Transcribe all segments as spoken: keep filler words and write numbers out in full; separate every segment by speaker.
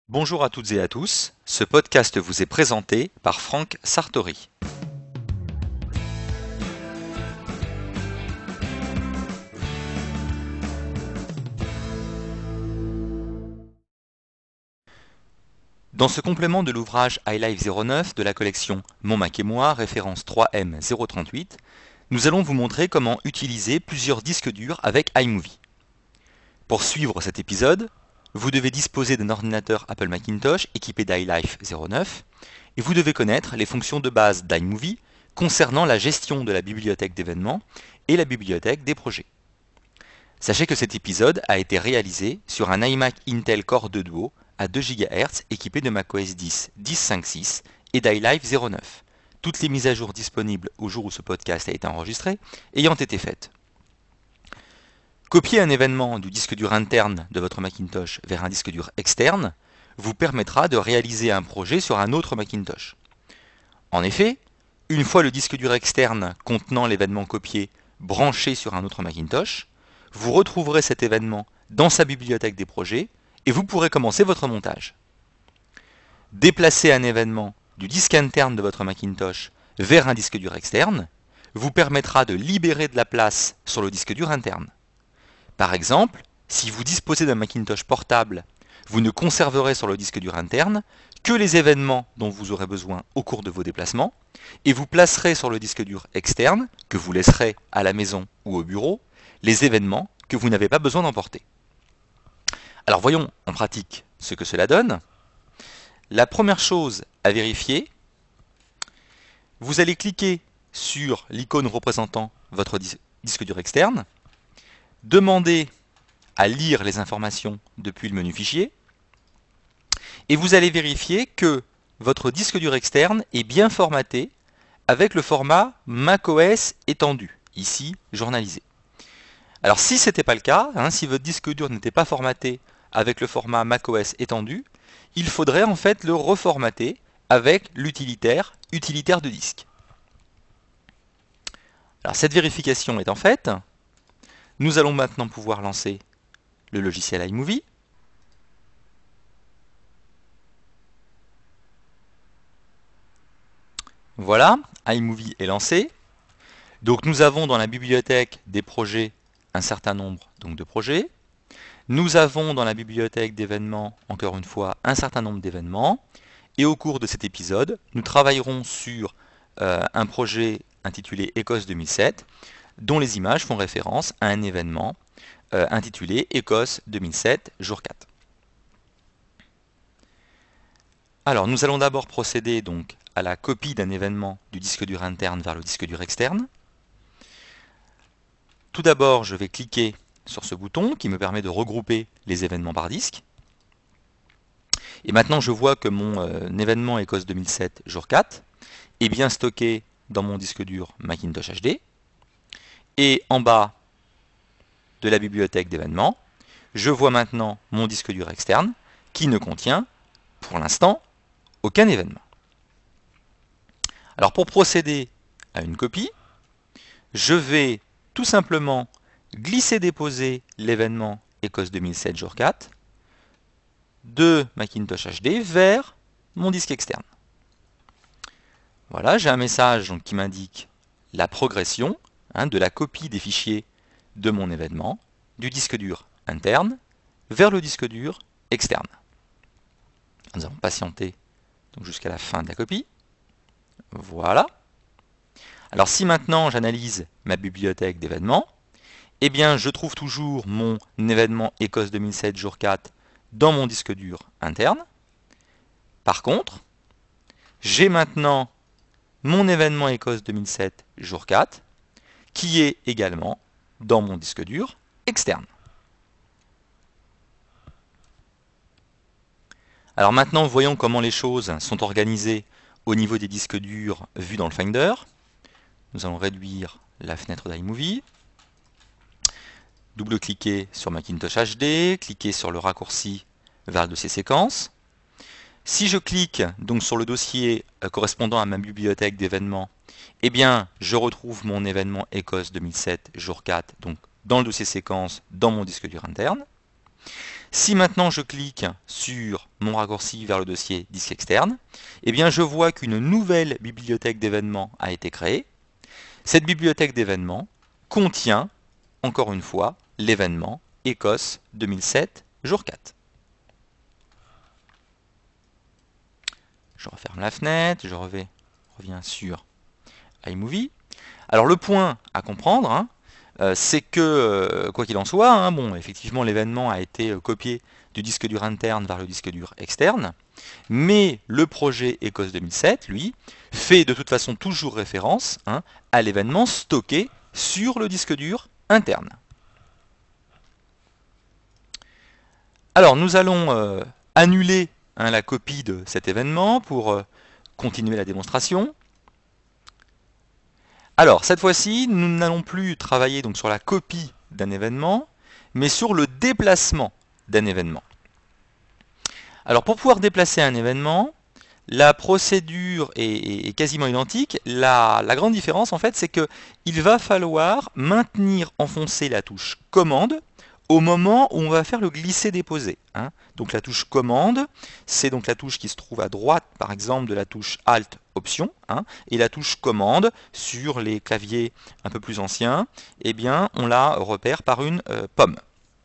Speaker 1: Bonjour à toutes et à tous, ce podcast vous est présenté par Franck Sartori. Dans ce complément de l'ouvrage iLife zéro neuf de la collection Mon Mac et moi, référence trois M zéro trente-huit, nous allons vous montrer comment utiliser plusieurs disques durs avec iMovie. Pour suivre cet épisode, vous devez disposer d'un ordinateur Apple Macintosh équipé d'iLife zéro neuf et vous devez connaître les fonctions de base d'iMovie concernant la gestion de la bibliothèque d'événements et la bibliothèque des projets. Sachez que cet épisode a été réalisé sur un iMac Intel Core deux Duo à deux gigahertz équipé de macOS dix dix point cinq point six et d'iLife zéro neuf. Toutes les mises à jour disponibles au jour où ce podcast a été enregistré ayant été faites. Copier un événement du disque dur interne de votre Macintosh vers un disque dur externe vous permettra de réaliser un projet sur un autre Macintosh. En effet, une fois le disque dur externe contenant l'événement copié branché sur un autre Macintosh, vous retrouverez cet événement dans sa bibliothèque des projets et vous pourrez commencer votre montage. Déplacer un événement du disque interne de votre Macintosh vers un disque dur externe vous permettra de libérer de la place sur le disque dur interne. Par exemple, si vous disposez d'un Macintosh portable, vous ne conserverez sur le disque dur interne que les événements dont vous aurez besoin au cours de vos déplacements, et vous placerez sur le disque dur externe, que vous laisserez à la maison ou au bureau, les événements que vous n'avez pas besoin d'emporter. Alors voyons en pratique ce que cela donne. La première chose à vérifier, vous allez cliquer sur l'icône représentant votre dis- disque dur externe, demander à lire les informations depuis le menu fichier, et vous allez vérifier que votre disque dur externe est bien formaté avec le format macOS étendu, ici journalisé. Alors si ce n'était pas le cas, hein, si votre disque dur n'était pas formaté avec le format macOS étendu, il faudrait en fait le reformater avec l'utilitaire utilitaire de disque. Alors cette vérification étant faite, nous allons maintenant pouvoir lancer le logiciel iMovie. Voilà, iMovie est lancé. Donc nous avons dans la bibliothèque des projets un certain nombre donc, de projets. Nous avons dans la bibliothèque d'événements, encore une fois, un certain nombre d'événements. Et au cours de cet épisode, nous travaillerons sur euh, un projet intitulé Écosse deux mille sept, dont les images font référence à un événement euh, intitulé Écosse deux mille sept, jour quatre. Alors nous allons d'abord procéder donc à la copie d'un événement du disque dur interne vers le disque dur externe. Tout d'abord, je vais cliquer sur ce bouton qui me permet de regrouper les événements par disque. Et maintenant, je vois que mon euh, événement Écosse deux mille sept, jour quatre, est bien stocké dans mon disque dur Macintosh H D. Et en bas de la bibliothèque d'événements, je vois maintenant mon disque dur externe qui ne contient, pour l'instant, aucun événement. Alors pour procéder à une copie, je vais tout simplement glisser-déposer l'événement Écosse deux mille sept, jour quatre de Macintosh H D vers mon disque externe. Voilà, j'ai un message donc, qui m'indique la progression hein, de la copie des fichiers de mon événement du disque dur interne vers le disque dur externe. Nous allons patienter jusqu'à la fin de la copie. Voilà. Alors si maintenant j'analyse ma bibliothèque d'événements, eh bien je trouve toujours mon événement Écosse deux mille sept, jour quatre dans mon disque dur interne. Par contre, j'ai maintenant mon événement Écosse deux mille sept, jour quatre, qui est également dans mon disque dur externe. Alors maintenant, voyons comment les choses sont organisées au niveau des disques durs vus dans le Finder. Nous allons réduire la fenêtre d'iMovie. Double-cliquer sur Macintosh H D, cliquer sur le raccourci vers le dossier séquence. Si je clique donc sur le dossier correspondant à ma bibliothèque d'événements, eh bien je retrouve mon événement Écosse deux mille sept, jour quatre, donc dans le dossier séquence, dans mon disque dur interne. Si maintenant je clique sur mon raccourci vers le dossier disque externe, eh bien je vois qu'une nouvelle bibliothèque d'événements a été créée. Cette bibliothèque d'événements contient, encore une fois, l'événement Ecos deux mille sept, jour quatre. Je referme la fenêtre, je reviens, reviens sur iMovie. Alors le point à comprendre, hein, euh, c'est que, euh, quoi qu'il en soit, hein, bon, effectivement l'événement a été euh, copié du disque dur interne vers le disque dur externe, mais le projet Ecos deux mille sept, lui, fait de toute façon toujours référence, hein, à l'événement stocké sur le disque dur interne. Alors nous allons euh, annuler hein, la copie de cet événement pour euh, continuer la démonstration. Alors cette fois-ci, nous n'allons plus travailler donc sur la copie d'un événement, mais sur le déplacement d'un événement. Alors pour pouvoir déplacer un événement, la procédure est, est quasiment identique. La, la grande différence en fait, c'est qu'il va falloir maintenir enfoncée la touche commande au moment où on va faire le glisser-déposer. Hein. Donc la touche commande, c'est donc la touche qui se trouve à droite, par exemple, de la touche Alt Option, hein, et la touche commande sur les claviers un peu plus anciens, eh bien, on la repère par une euh, pomme.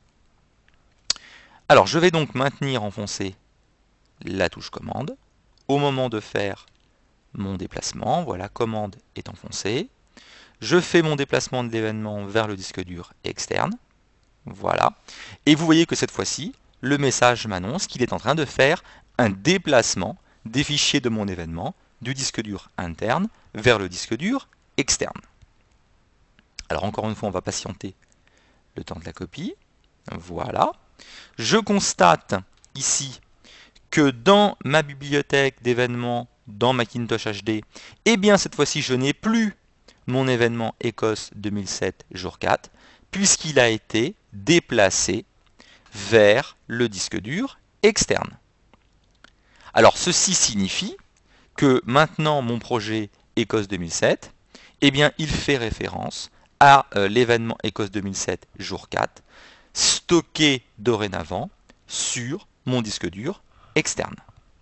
Speaker 1: Alors je vais donc maintenir enfoncée la touche commande au moment de faire mon déplacement. Voilà, commande est enfoncée. Je fais mon déplacement de l'événement vers le disque dur externe. Voilà. Et vous voyez que cette fois-ci, le message m'annonce qu'il est en train de faire un déplacement des fichiers de mon événement du disque dur interne vers le disque dur externe. Alors encore une fois, on va patienter le temps de la copie. Voilà. Je constate ici que dans ma bibliothèque d'événements dans Macintosh H D, eh bien cette fois-ci je n'ai plus mon événement Ecos deux mille sept jour quatre, puisqu'il a été déplacé vers le disque dur externe. Alors ceci signifie que maintenant mon projet Ecos deux mille sept, eh bien il fait référence à euh, l'événement Ecos deux mille sept jour quatre, stocké dorénavant sur mon disque dur externe.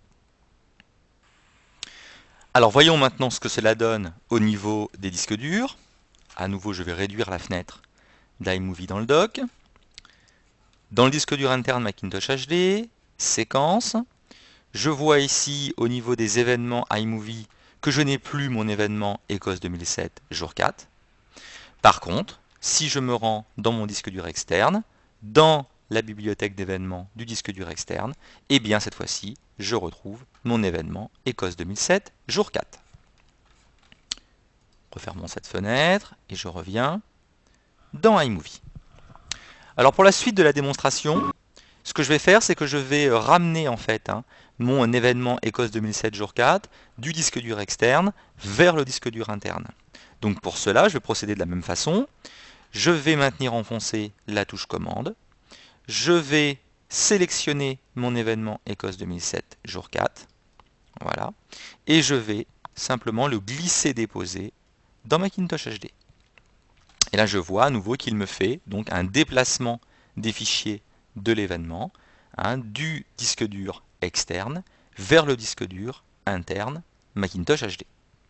Speaker 1: Alors voyons maintenant ce que cela donne au niveau des disques durs. À nouveau, je vais réduire la fenêtre d'iMovie dans le dock. Dans le disque dur interne Macintosh H D, séquence, je vois ici au niveau des événements iMovie que je n'ai plus mon événement Ecos deux mille sept jour quatre. Par contre, si je me rends dans mon disque dur externe, dans la bibliothèque d'événements du disque dur externe, et bien cette fois-ci, je retrouve mon événement Ecos deux mille sept jour quatre. Refermons cette fenêtre et je reviens dans iMovie. Alors pour la suite de la démonstration, ce que je vais faire, c'est que je vais ramener en fait hein, mon événement Ecos deux mille sept jour quatre du disque dur externe vers le disque dur interne. Donc pour cela, je vais procéder de la même façon. Je vais maintenir enfoncée la touche commande. Je vais sélectionner mon événement Ecos deux mille sept jour quatre. Voilà. Et je vais simplement le glisser-déposer dans Macintosh H D. Et là, je vois à nouveau qu'il me fait donc un déplacement des fichiers de l'événement hein, du disque dur externe vers le disque dur interne Macintosh H D.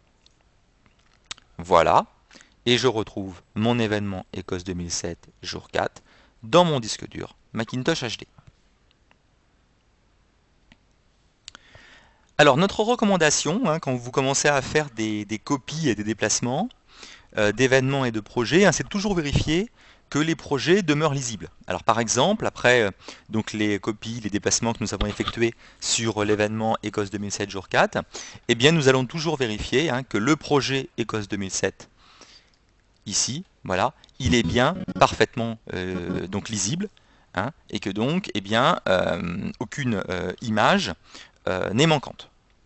Speaker 1: Voilà. Et je retrouve mon événement Ecos deux mille sept jour quatre dans mon disque dur Macintosh H D. Alors notre recommandation, hein, quand vous commencez à faire des, des copies et des déplacements euh, d'événements et de projets, hein, c'est toujours vérifier que les projets demeurent lisibles. Alors par exemple, après euh, donc les copies, les déplacements que nous avons effectués sur l'événement Ecos deux mille sept jour quatre, eh bien nous allons toujours vérifier hein, que le projet Ecos deux mille sept ici, voilà, il est bien parfaitement euh, donc lisible hein, et que donc eh bien euh, aucune euh, image euh, n'est manquante.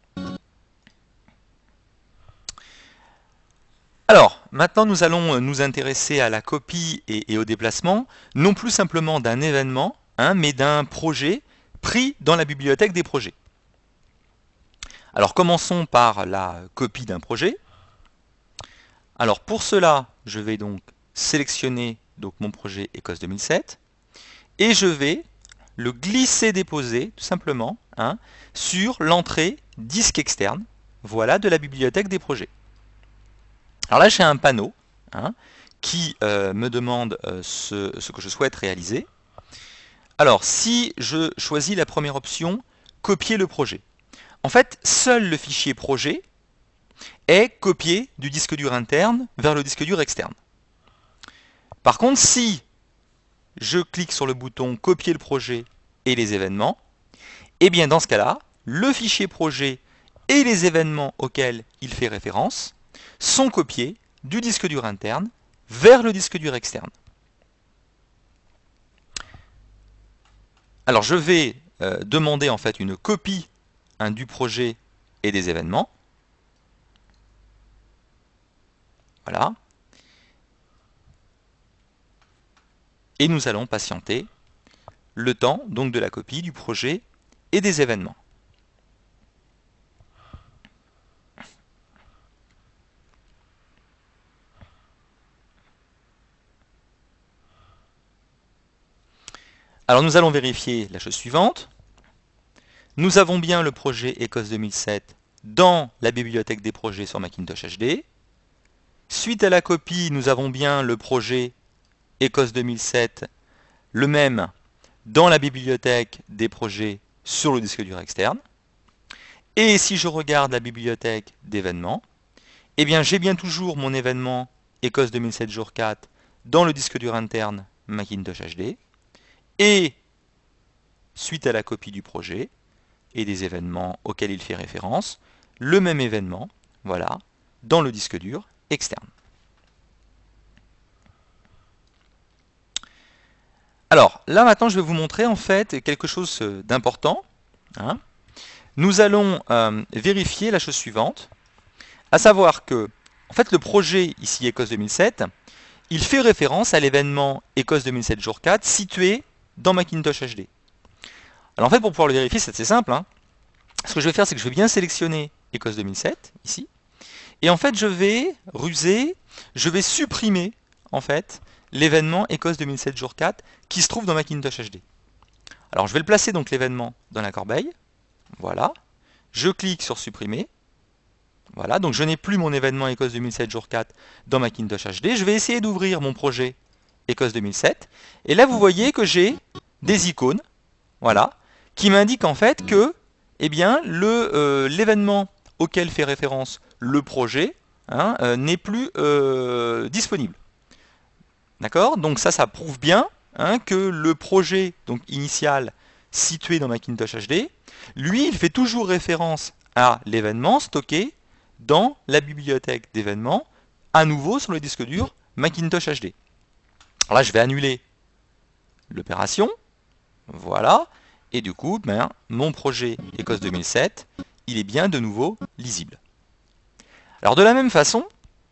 Speaker 1: Alors, maintenant nous allons nous intéresser à la copie et, et au déplacement, non plus simplement d'un événement, hein, mais d'un projet pris dans la bibliothèque des projets. Alors commençons par la copie d'un projet. Alors pour cela, je vais donc sélectionner donc, mon projet Ecos deux mille sept et je vais le glisser-déposer, tout simplement, hein, sur l'entrée disque externe, voilà, de la bibliothèque des projets. Alors là, j'ai un panneau hein, qui euh, me demande euh, ce, ce que je souhaite réaliser. Alors, si je choisis la première option, copier le projet. En fait, seul le fichier projet est copié du disque dur interne vers le disque dur externe. Par contre, si je clique sur le bouton copier le projet et les événements, et bien dans ce cas-là, le fichier projet et les événements auxquels il fait référence sont copiés du disque dur interne vers le disque dur externe. Alors je vais euh, demander en fait une copie hein, du projet et des événements. Voilà. Et nous allons patienter le temps donc de la copie du projet et des événements. Alors nous allons vérifier la chose suivante. Nous avons bien le projet Ecos deux mille sept dans la bibliothèque des projets sur Macintosh H D. Suite à la copie, nous avons bien le projet Ecos deux mille sept, le même, dans la bibliothèque des projets sur le disque dur externe. Et si je regarde la bibliothèque d'événements, eh bien j'ai bien toujours mon événement Ecos deux mille sept jour quatre dans le disque dur interne Macintosh H D. Et suite à la copie du projet et des événements auxquels il fait référence, le même événement, voilà, dans le disque dur externe. Alors là maintenant je vais vous montrer en fait quelque chose d'important. Hein. Nous allons euh, vérifier la chose suivante, à savoir que en fait le projet ici Ecos deux mille sept, il fait référence à l'événement Ecos deux mille sept jour quatre situé dans Macintosh H D. Alors en fait pour pouvoir le vérifier c'est assez simple. Hein. Ce que je vais faire c'est que je vais bien sélectionner Ecos deux mille sept ici. Et en fait je vais ruser, je vais supprimer en fait l'événement Ecos deux mille sept jour quatre qui se trouve dans Macintosh H D. Alors je vais le placer donc l'événement dans la corbeille. Voilà. Je clique sur supprimer. Voilà, donc je n'ai plus mon événement Ecos deux mille sept jour quatre dans Macintosh H D. Je vais essayer d'ouvrir mon projet Ecos deux mille sept. Et là vous voyez que j'ai des icônes, voilà, qui m'indiquent en fait que eh bien, le, euh, l'événement auquel fait référence le projet hein, euh, n'est plus euh, disponible. D'accord? Donc ça, ça prouve bien hein, que le projet donc, initial situé dans Macintosh H D, lui, il fait toujours référence à l'événement stocké dans la bibliothèque d'événements, à nouveau sur le disque dur Macintosh H D. Alors là, je vais annuler l'opération. Voilà. Et du coup, ben, mon projet Ecos deux mille sept, il est bien de nouveau lisible. Alors de la même façon,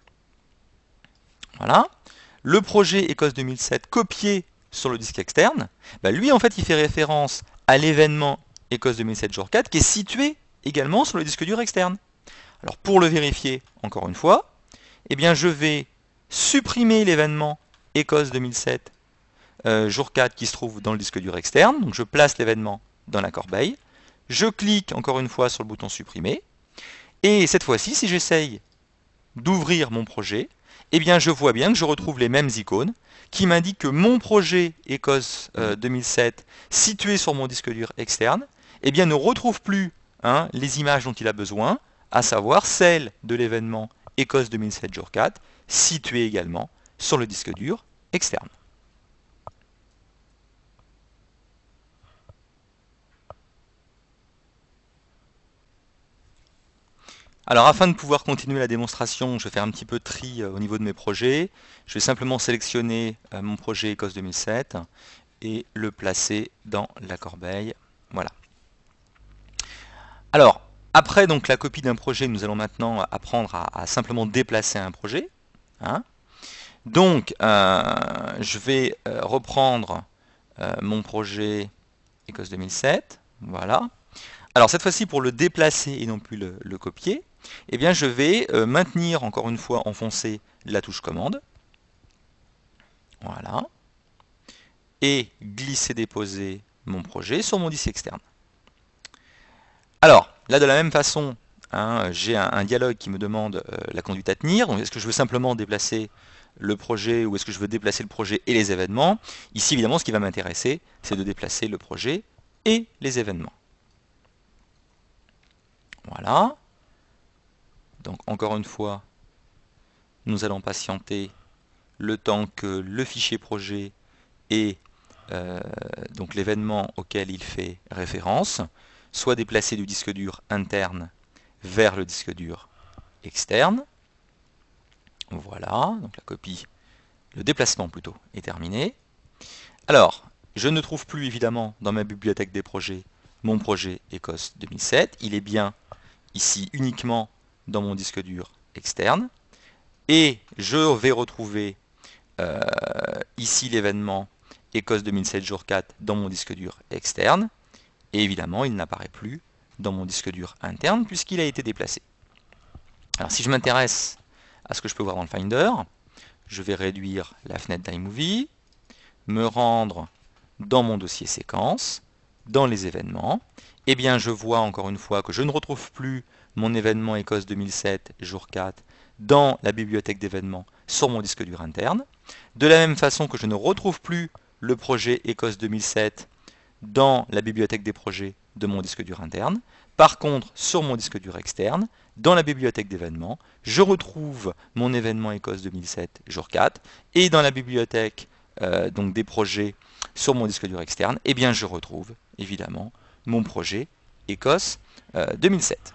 Speaker 1: voilà, le projet Ecos deux mille sept copié sur le disque externe, ben lui en fait il fait référence à l'événement Ecos deux mille sept jour quatre qui est situé également sur le disque dur externe. Alors pour le vérifier encore une fois, eh bien je vais supprimer l'événement Ecos deux mille sept euh, jour quatre qui se trouve dans le disque dur externe. Donc je place l'événement dans la corbeille. Je clique encore une fois sur le bouton supprimer. Et cette fois-ci, si j'essaye d'ouvrir mon projet, eh bien je vois bien que je retrouve les mêmes icônes qui m'indiquent que mon projet Ecos euh, deux mille sept situé sur mon disque dur externe eh bien, ne retrouve plus hein, les images dont il a besoin, à savoir celles de l'événement Ecos deux mille sept jour quatre situé également sur le disque dur externe. Alors afin de pouvoir continuer la démonstration, je vais faire un petit peu de tri au niveau de mes projets. Je vais simplement sélectionner mon projet Ecos deux mille sept et le placer dans la corbeille. Voilà. Alors, après donc la copie d'un projet, nous allons maintenant apprendre à, à simplement déplacer un projet. Hein. Donc, euh, je vais euh, reprendre euh, mon projet Ecos deux mille sept. Voilà. Alors cette fois-ci, pour le déplacer et non plus le, le copier, eh bien, je vais euh, maintenir, encore une fois, enfoncer la touche commande. Voilà. Et glisser-déposer mon projet sur mon disque externe. Alors, là de la même façon, hein, j'ai un, un dialogue qui me demande euh, la conduite à tenir. Donc est-ce que je veux simplement déplacer le projet ou est-ce que je veux déplacer le projet et les événements? Ici évidemment ce qui va m'intéresser, c'est de déplacer le projet et les événements. Voilà. Donc encore une fois, nous allons patienter le temps que le fichier projet et euh, donc l'événement auquel il fait référence soit déplacé du disque dur interne vers le disque dur externe. Voilà, donc la copie, le déplacement plutôt, est terminé. Alors, je ne trouve plus évidemment dans ma bibliothèque des projets mon projet Ecos deux mille sept. Il est bien ici uniquement dans mon disque dur externe. Et je vais retrouver euh, ici l'événement Ecos deux mille sept jour quatre dans mon disque dur externe. Et évidemment, il n'apparaît plus dans mon disque dur interne puisqu'il a été déplacé. Alors si je m'intéresse à ce que je peux voir dans le Finder, je vais réduire la fenêtre d'iMovie, me rendre dans mon dossier séquence, dans les événements, et bien je vois encore une fois que je ne retrouve plus mon événement Ecos deux mille sept jour quatre dans la bibliothèque d'événements sur mon disque dur interne. De la même façon que je ne retrouve plus le projet Ecos deux mille sept dans la bibliothèque des projets de mon disque dur interne. Par contre, sur mon disque dur externe, dans la bibliothèque d'événements, je retrouve mon événement Ecos deux mille sept jour quatre, et dans la bibliothèque euh, donc des projets sur mon disque dur externe, eh bien je retrouve évidemment mon projet Ecos euh, deux mille sept.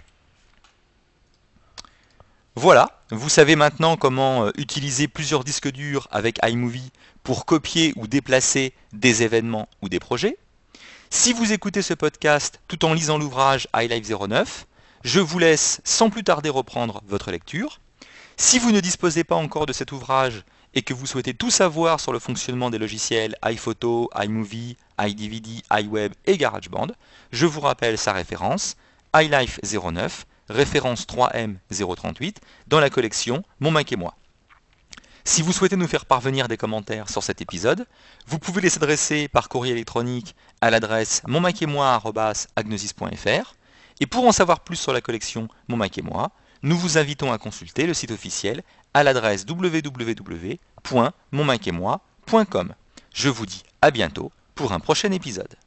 Speaker 1: Voilà, vous savez maintenant comment euh, utiliser plusieurs disques durs avec iMovie pour copier ou déplacer des événements ou des projets. Si vous écoutez ce podcast tout en lisant l'ouvrage iLife zéro neuf, je vous laisse sans plus tarder reprendre votre lecture. Si vous ne disposez pas encore de cet ouvrage et que vous souhaitez tout savoir sur le fonctionnement des logiciels iPhoto, iMovie, iDVD, iWeb et GarageBand, je vous rappelle sa référence, iLife zéro neuf, référence trois M zéro trente-huit, dans la collection Mon Mac et moi. Si vous souhaitez nous faire parvenir des commentaires sur cet épisode, vous pouvez les adresser par courrier électronique à l'adresse mon mac et moi arobase agnosis point f r. Et pour en savoir plus sur la collection Mon Mac et moi, nous vous invitons à consulter le site officiel à l'adresse w w w point mon mac et moi point com. Je vous dis à bientôt pour un prochain épisode.